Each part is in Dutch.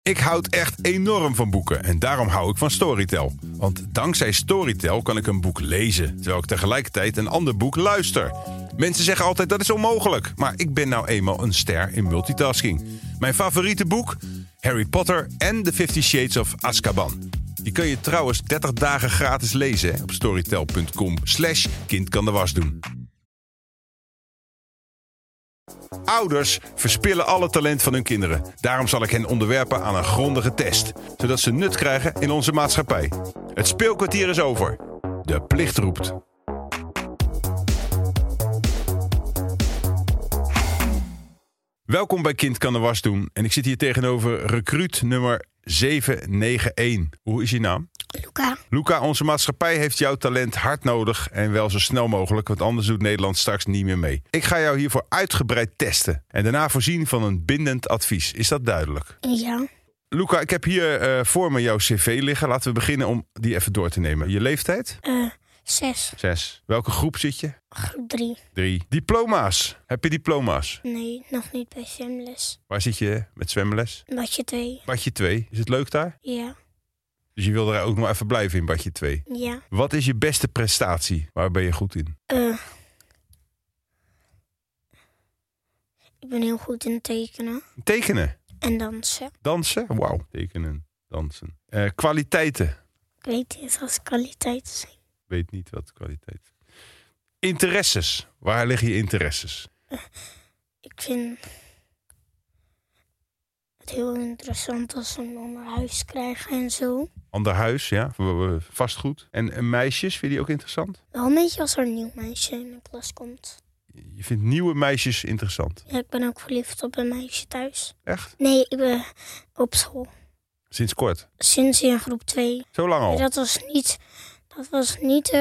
Ik houd echt enorm van boeken en daarom hou ik van Storytel. Want dankzij Storytel kan ik een boek lezen, terwijl ik tegelijkertijd een ander boek luister. Mensen zeggen altijd dat is onmogelijk, maar ik ben nou eenmaal een ster in multitasking. Mijn favoriete boek? Harry Potter en The 50 Shades of Azkaban. Die kun je trouwens 30 dagen gratis lezen op storytel.com/kindkandewas doen. Ouders verspillen alle talent van hun kinderen. Daarom zal ik hen onderwerpen aan een grondige test. Zodat ze nut krijgen in onze maatschappij. Het speelkwartier is over. De plicht roept. Welkom bij Kind kan de was doen. En ik zit hier tegenover recruut nummer 791. Hoe is je naam? Luca. Luca, onze maatschappij heeft jouw talent hard nodig en wel zo snel mogelijk, want anders doet Nederland straks niet meer mee. Ik ga jou hiervoor uitgebreid testen en daarna voorzien van een bindend advies. Is dat duidelijk? Ja. Luca, ik heb hier voor me jouw cv liggen. Laten we beginnen om die even door te nemen. Je leeftijd? 6. 6. Welke groep zit je? Groep 3. 3. Diploma's. Heb je diploma's? Nee, nog niet bij zwemles. Waar zit je met zwemles? Badje 2. Badje 2. Is het leuk daar? Ja. Dus je wil er ook nog even blijven in badje 2. Ja. Wat is je beste prestatie? Waar ben je goed in? Ik ben heel goed in tekenen. Tekenen. En dansen. Dansen? Wauw. Tekenen, dansen. Kwaliteiten. Ik weet niet wat kwaliteiten zijn. Weet niet wat kwaliteit. Interesses. Waar liggen je interesses? Ik vind het heel interessant als ze een ander huis krijgen en zo. Ander huis, ja. Vastgoed. En meisjes, vind je die ook interessant? Wel een beetje als er een nieuw meisje in de klas komt. Je vindt nieuwe meisjes interessant? Ja, ik ben ook verliefd op een meisje thuis. Echt? Nee, ik ben op school. Sinds kort? Sinds in groep 2. Zo lang al? Dat was niet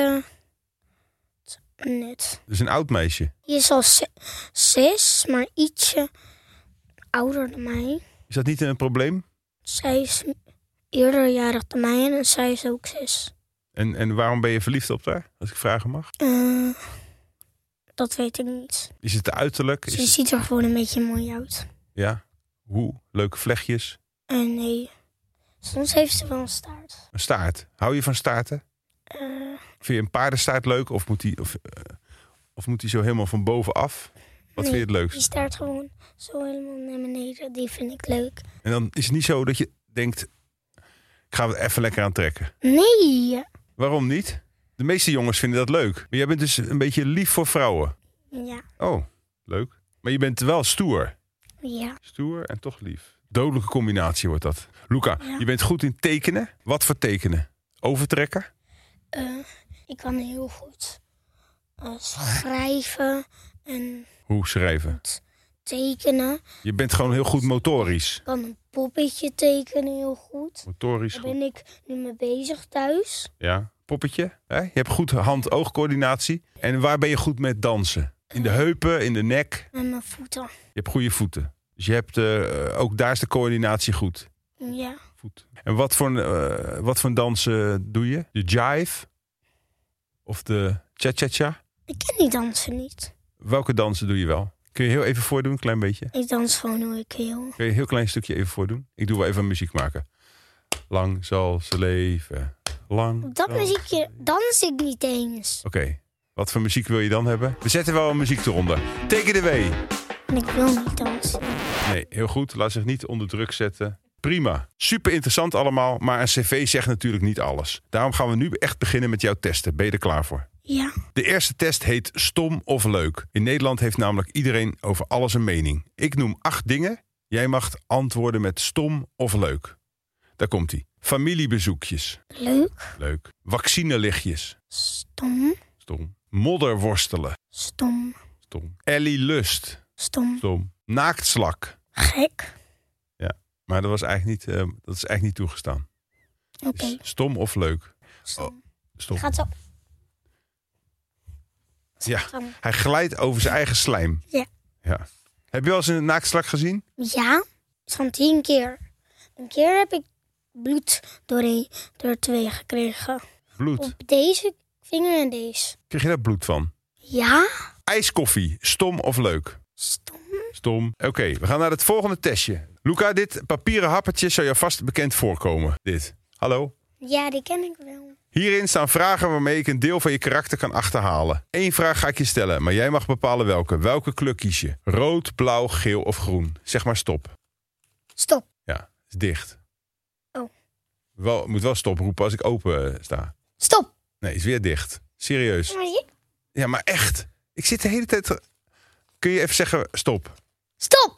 net. Dus een oud meisje? Die is al 6, maar ietsje ouder dan mij. Is dat niet een probleem? Zij is eerder jarig dan mij en zij is ook 6. En waarom ben je verliefd op haar, als ik vragen mag? Dat weet ik niet. Is het uiterlijk? Ze ziet er gewoon een beetje mooi uit. Ja? Hoe? Leuke vlechtjes? Nee. Soms heeft ze wel een staart. Een staart. Hou je van staarten? Vind je een paardenstaart leuk of moet die zo helemaal van bovenaf? Wat vind je het leukst? Die staart gewoon zo helemaal naar beneden. Die vind ik leuk. En dan is het niet zo dat je denkt, ik ga het even lekker aantrekken. Nee. Waarom niet? De meeste jongens vinden dat leuk. Maar jij bent dus een beetje lief voor vrouwen. Ja. Oh, leuk. Maar je bent wel stoer. Ja. Stoer en toch lief. Dodelijke combinatie wordt dat. Luca, Ja. Je bent goed in tekenen. Wat voor tekenen? Overtrekken? Ik kan heel goed schrijven en Hoe schrijven? tekenen. Je bent gewoon heel goed motorisch. Ik kan een poppetje tekenen heel goed. Motorisch Daar goed. ben ik nu mee bezig thuis. Ja, poppetje. Hè? Je hebt goed hand-oogcoördinatie. En waar ben je goed met dansen? In de heupen, in de nek. Met mijn voeten. Je hebt goede voeten. Dus je hebt ook daar is de coördinatie goed. Ja. Voet. En wat voor dansen doe je? De jive? Of de cha-cha-cha? Ik ken die dansen niet. Welke dansen doe je wel? Kun je heel even voordoen, een klein beetje? Ik dans gewoon hoe ik wil. Kun je een heel klein stukje even voordoen? Ik doe wel even muziek maken. Lang zal ze leven. Lang. Op dat zal muziekje dans ik niet eens. Oké. Wat voor muziek wil je dan hebben? We zetten wel een muziek eronder. Take it away. En ik wil niet dansen. Nee, heel goed. Laat zich niet onder druk zetten. Prima. Super interessant allemaal, maar een cv zegt natuurlijk niet alles. Daarom gaan we nu echt beginnen met jouw testen. Ben je er klaar voor? Ja. De eerste test heet stom of leuk. In Nederland heeft namelijk iedereen over alles een mening. Ik noem 8 dingen. Jij mag antwoorden met stom of leuk. Daar komt-ie. Familiebezoekjes. Leuk. Leuk. Vaccinelichtjes. Stom. Stom. Modderworstelen. Stom. Stom. Ellie Lust. Stom. Stom. Naaktslak. Gek. Maar dat is eigenlijk niet toegestaan. Oké. Is stom of leuk? Stom. Stom. Gaat zo. Ja, Stom. hij glijdt over zijn eigen slijm. Ja. Heb je wel eens een naaktslak gezien? Ja. Van 10 keer. Een keer heb ik bloed door 2 gekregen. Bloed. Op deze vinger en deze. Kreeg je daar bloed van? Ja. IJskoffie. Stom of leuk? Stom. Stom. Oké, we gaan naar het volgende testje. Luca, dit papieren happertje zou jou vast bekend voorkomen. Dit. Hallo? Ja, die ken ik wel. Hierin staan vragen waarmee ik een deel van je karakter kan achterhalen. 1 vraag ga ik je stellen, maar jij mag bepalen welke. Welke kleur kies je? Rood, blauw, geel of groen? Zeg maar stop. Stop. Ja, is dicht. Oh. Moet wel stop roepen als ik open sta. Stop. Nee, is weer dicht. Serieus. Maar je... Ja, maar echt. Ik zit de hele tijd... Kun je even zeggen stop? Stop.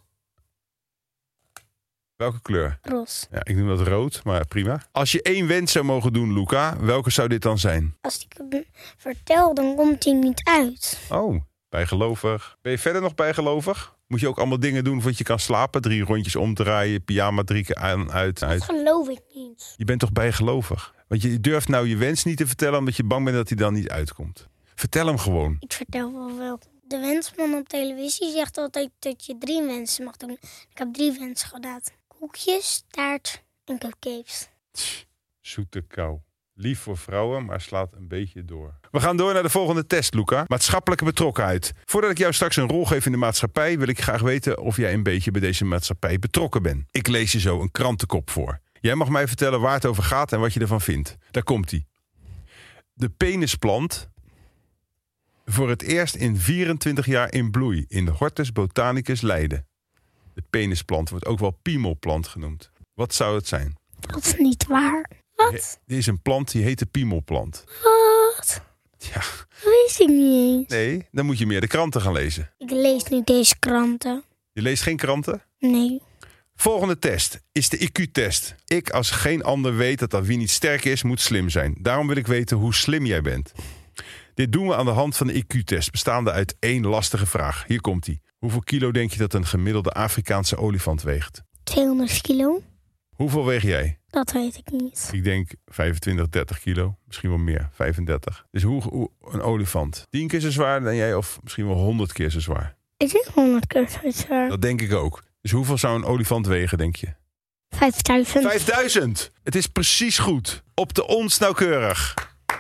Welke kleur? Roze. Ja, ik noem dat rood, maar prima. Als je 1 wens zou mogen doen, Luca, welke zou dit dan zijn? Als ik hem vertel, dan komt hij niet uit. Oh, bijgelovig. Ben je verder nog bijgelovig? Moet je ook allemaal dingen doen voordat je kan slapen? 3 rondjes omdraaien, pyjama 3 keer aan, uit. Dat geloof ik niet. Je bent toch bijgelovig? Want je durft nou je wens niet te vertellen omdat je bang bent dat hij dan niet uitkomt. Vertel hem gewoon. Ik vertel wel welke. De wensman op televisie zegt altijd dat je 3 wensen mag doen. Ik heb 3 wensen gedaan. Koekjes, taart en cupcakes. Zoete kou. Lief voor vrouwen, maar slaat een beetje door. We gaan door naar de volgende test, Luca. Maatschappelijke betrokkenheid. Voordat ik jou straks een rol geef in de maatschappij, wil ik graag weten of jij een beetje bij deze maatschappij betrokken bent. Ik lees je zo een krantenkop voor. Jij mag mij vertellen waar het over gaat en wat je ervan vindt. Daar komt-ie. De penisplant voor het eerst in 24 jaar in bloei in de Hortus Botanicus Leiden. De penisplant wordt ook wel piemelplant genoemd. Wat zou het zijn? Dat is niet waar. Wat? Dit is een plant die heet de piemelplant. Wat? Ja, Dat wist ik niet eens. nee, dan moet je meer de kranten gaan lezen. Ik lees niet deze kranten. Je leest geen kranten? Nee. Volgende test is de IQ-test. Ik als geen ander weet dat wie niet sterk is, moet slim zijn. Daarom wil ik weten hoe slim jij bent. Dit doen we aan de hand van de IQ-test, bestaande uit 1 lastige vraag. Hier komt ie. Hoeveel kilo denk je dat een gemiddelde Afrikaanse olifant weegt? 200 kilo? Hoeveel weeg jij? Dat weet ik niet. Ik denk 25, 30 kilo. Misschien wel meer, 35. Dus hoe een olifant? 10 keer zo zwaar dan jij of misschien wel 100 keer zo zwaar? Ik denk 100 keer zo zwaar. Dat denk ik ook. Dus hoeveel zou een olifant wegen, denk je? 5000. 5000! Het is precies goed. Op de ons nauwkeurig.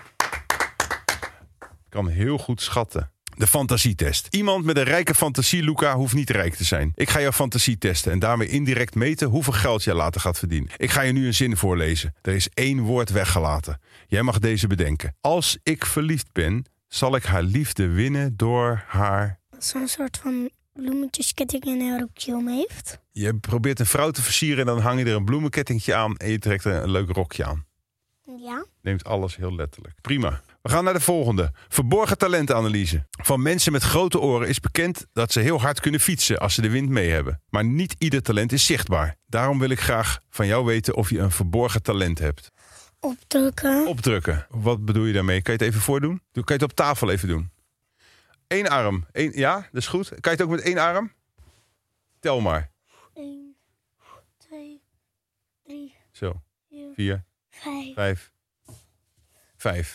Ik kan heel goed schatten. De fantasietest. Iemand met een rijke fantasie, Luca, hoeft niet rijk te zijn. Ik ga jouw fantasie testen en daarmee indirect meten hoeveel geld jij later gaat verdienen. Ik ga je nu een zin voorlezen. Er is 1 woord weggelaten. Jij mag deze bedenken. Als ik verliefd ben, zal ik haar liefde winnen door haar... Zo'n soort van bloemetjesketting en een rokje om heeft. Je probeert een vrouw te versieren en dan hang je er een bloemenkettingje aan en je trekt er een leuk rokje aan. Ja. Neemt alles heel letterlijk. Prima. We gaan naar de volgende. Verborgen talentenanalyse. Van mensen met grote oren is bekend dat ze heel hard kunnen fietsen als ze de wind mee hebben. Maar niet ieder talent is zichtbaar. Daarom wil ik graag van jou weten of je een verborgen talent hebt. Opdrukken. Opdrukken. Wat bedoel je daarmee? Kan je het even voordoen? Kan je het op tafel even doen? 1 arm. Ja, dat is goed. Kan je het ook met 1 arm? Tel maar. 1, 2, 3, Zo. 4, 5. 5.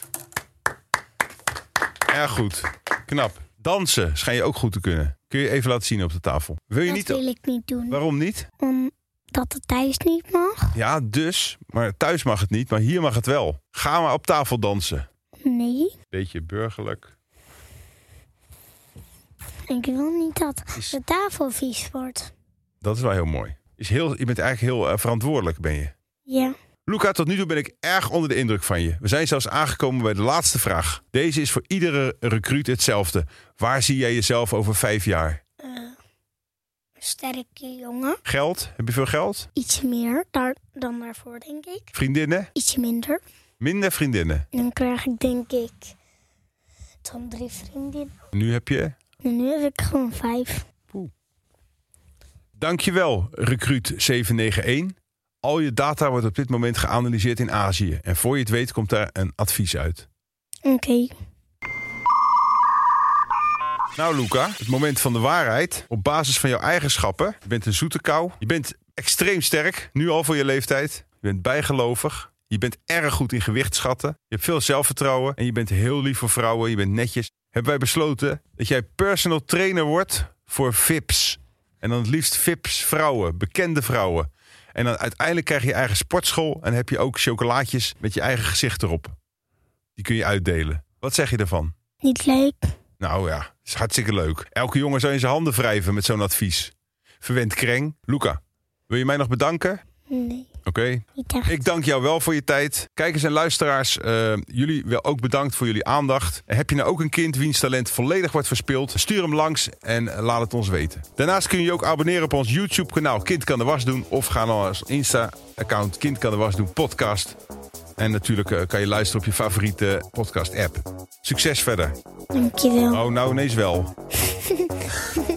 Erg goed. Knap. Dansen schijn je ook goed te kunnen. Kun je even laten zien op de tafel. Wil je Dat niet... wil ik niet doen. Waarom niet? Omdat het thuis niet mag. Ja, dus. Maar thuis mag het niet, maar hier mag het wel. Ga maar op tafel dansen. Nee. Beetje burgerlijk. Ik wil niet dat de tafel vies wordt. Dat is wel heel mooi. Je bent eigenlijk heel verantwoordelijk, ben je. Ja. Luca, tot nu toe ben ik erg onder de indruk van je. We zijn zelfs aangekomen bij de laatste vraag. Deze is voor iedere recruut hetzelfde. Waar zie jij jezelf over 5 jaar? Sterke jongen. Geld? Heb je veel geld? Iets meer dan daarvoor, denk ik. Vriendinnen? Ietsje minder. Minder vriendinnen? Dan krijg ik, denk ik, dan 3 vriendinnen. Nu heb je... En nu heb ik gewoon 5. Dankjewel, recruut 791. Al je data wordt op dit moment geanalyseerd in Azië. En voor je het weet komt daar een advies uit. Oké. Nou Luca, het moment van de waarheid. Op basis van jouw eigenschappen. Je bent een zoete kou. Je bent extreem sterk, nu al voor je leeftijd. Je bent bijgelovig. Je bent erg goed in gewicht schatten. Je hebt veel zelfvertrouwen. En je bent heel lief voor vrouwen. Je bent netjes. Hebben wij besloten dat jij personal trainer wordt voor VIP's. En dan het liefst VIP's vrouwen, bekende vrouwen. En dan uiteindelijk krijg je eigen sportschool. En heb je ook chocolaatjes met je eigen gezicht erop. Die kun je uitdelen. Wat zeg je ervan? Niet leuk. Nou ja, is hartstikke leuk. Elke jongen zou in zijn handen wrijven met zo'n advies. Verwend kreng. Luca, Wil je mij nog bedanken? Nee, Oké. niet echt. Ik dank jou wel voor je tijd. Kijkers en luisteraars, jullie wel ook bedankt voor jullie aandacht. Heb je nou ook een kind wiens talent volledig wordt verspeeld? Stuur hem langs en laat het ons weten. Daarnaast kun je je ook abonneren op ons YouTube kanaal Kind kan de was doen. Of ga naar ons Insta-account Kind kan de was doen podcast. En natuurlijk kan je luisteren op je favoriete podcast app. Succes verder. Dankjewel. Oh, nou ineens wel.